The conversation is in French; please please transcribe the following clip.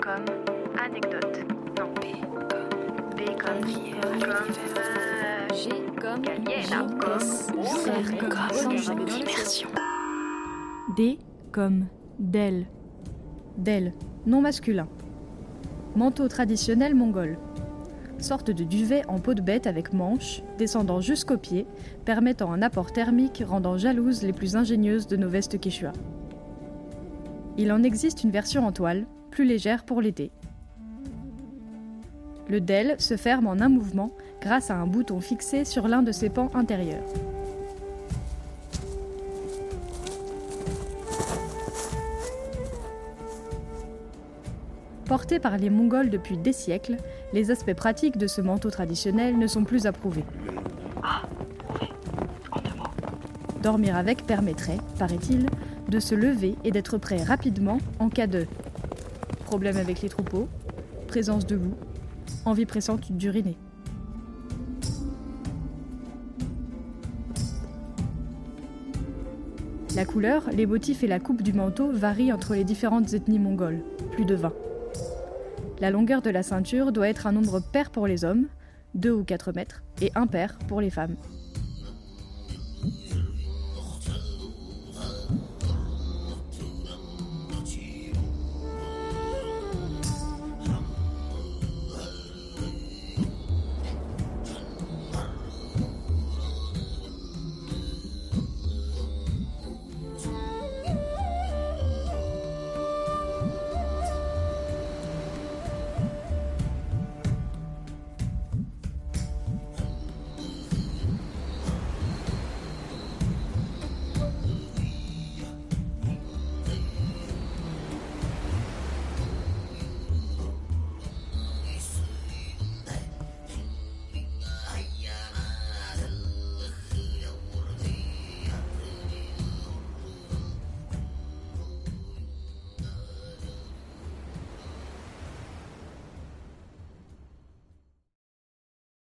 comme anecdote. Non. B comme G comme Galiena. Comme immersion. D comme del. Del, nom masculin. Manteau traditionnel mongol. Sorte de duvet en peau de bête avec manches, descendant jusqu'aux pieds, permettant un apport thermique rendant jalouses les plus ingénieuses de nos vestes quechua. Il en existe une version en toile, plus légère pour l'été. Le del se ferme en un mouvement grâce à un bouton fixé sur l'un de ses pans intérieurs. Porté par les Mongols depuis des siècles, les aspects pratiques de ce manteau traditionnel ne sont plus approuvés. Dormir avec permettrait, paraît-il, de se lever et d'être prêt rapidement en cas de problème avec les troupeaux, présence de loups, envie pressante d'uriner. La couleur, les motifs et la coupe du manteau varient entre les différentes ethnies mongoles, plus de 20. La longueur de la ceinture doit être un nombre pair pour les hommes, 2 ou 4 mètres, et impair pour les femmes.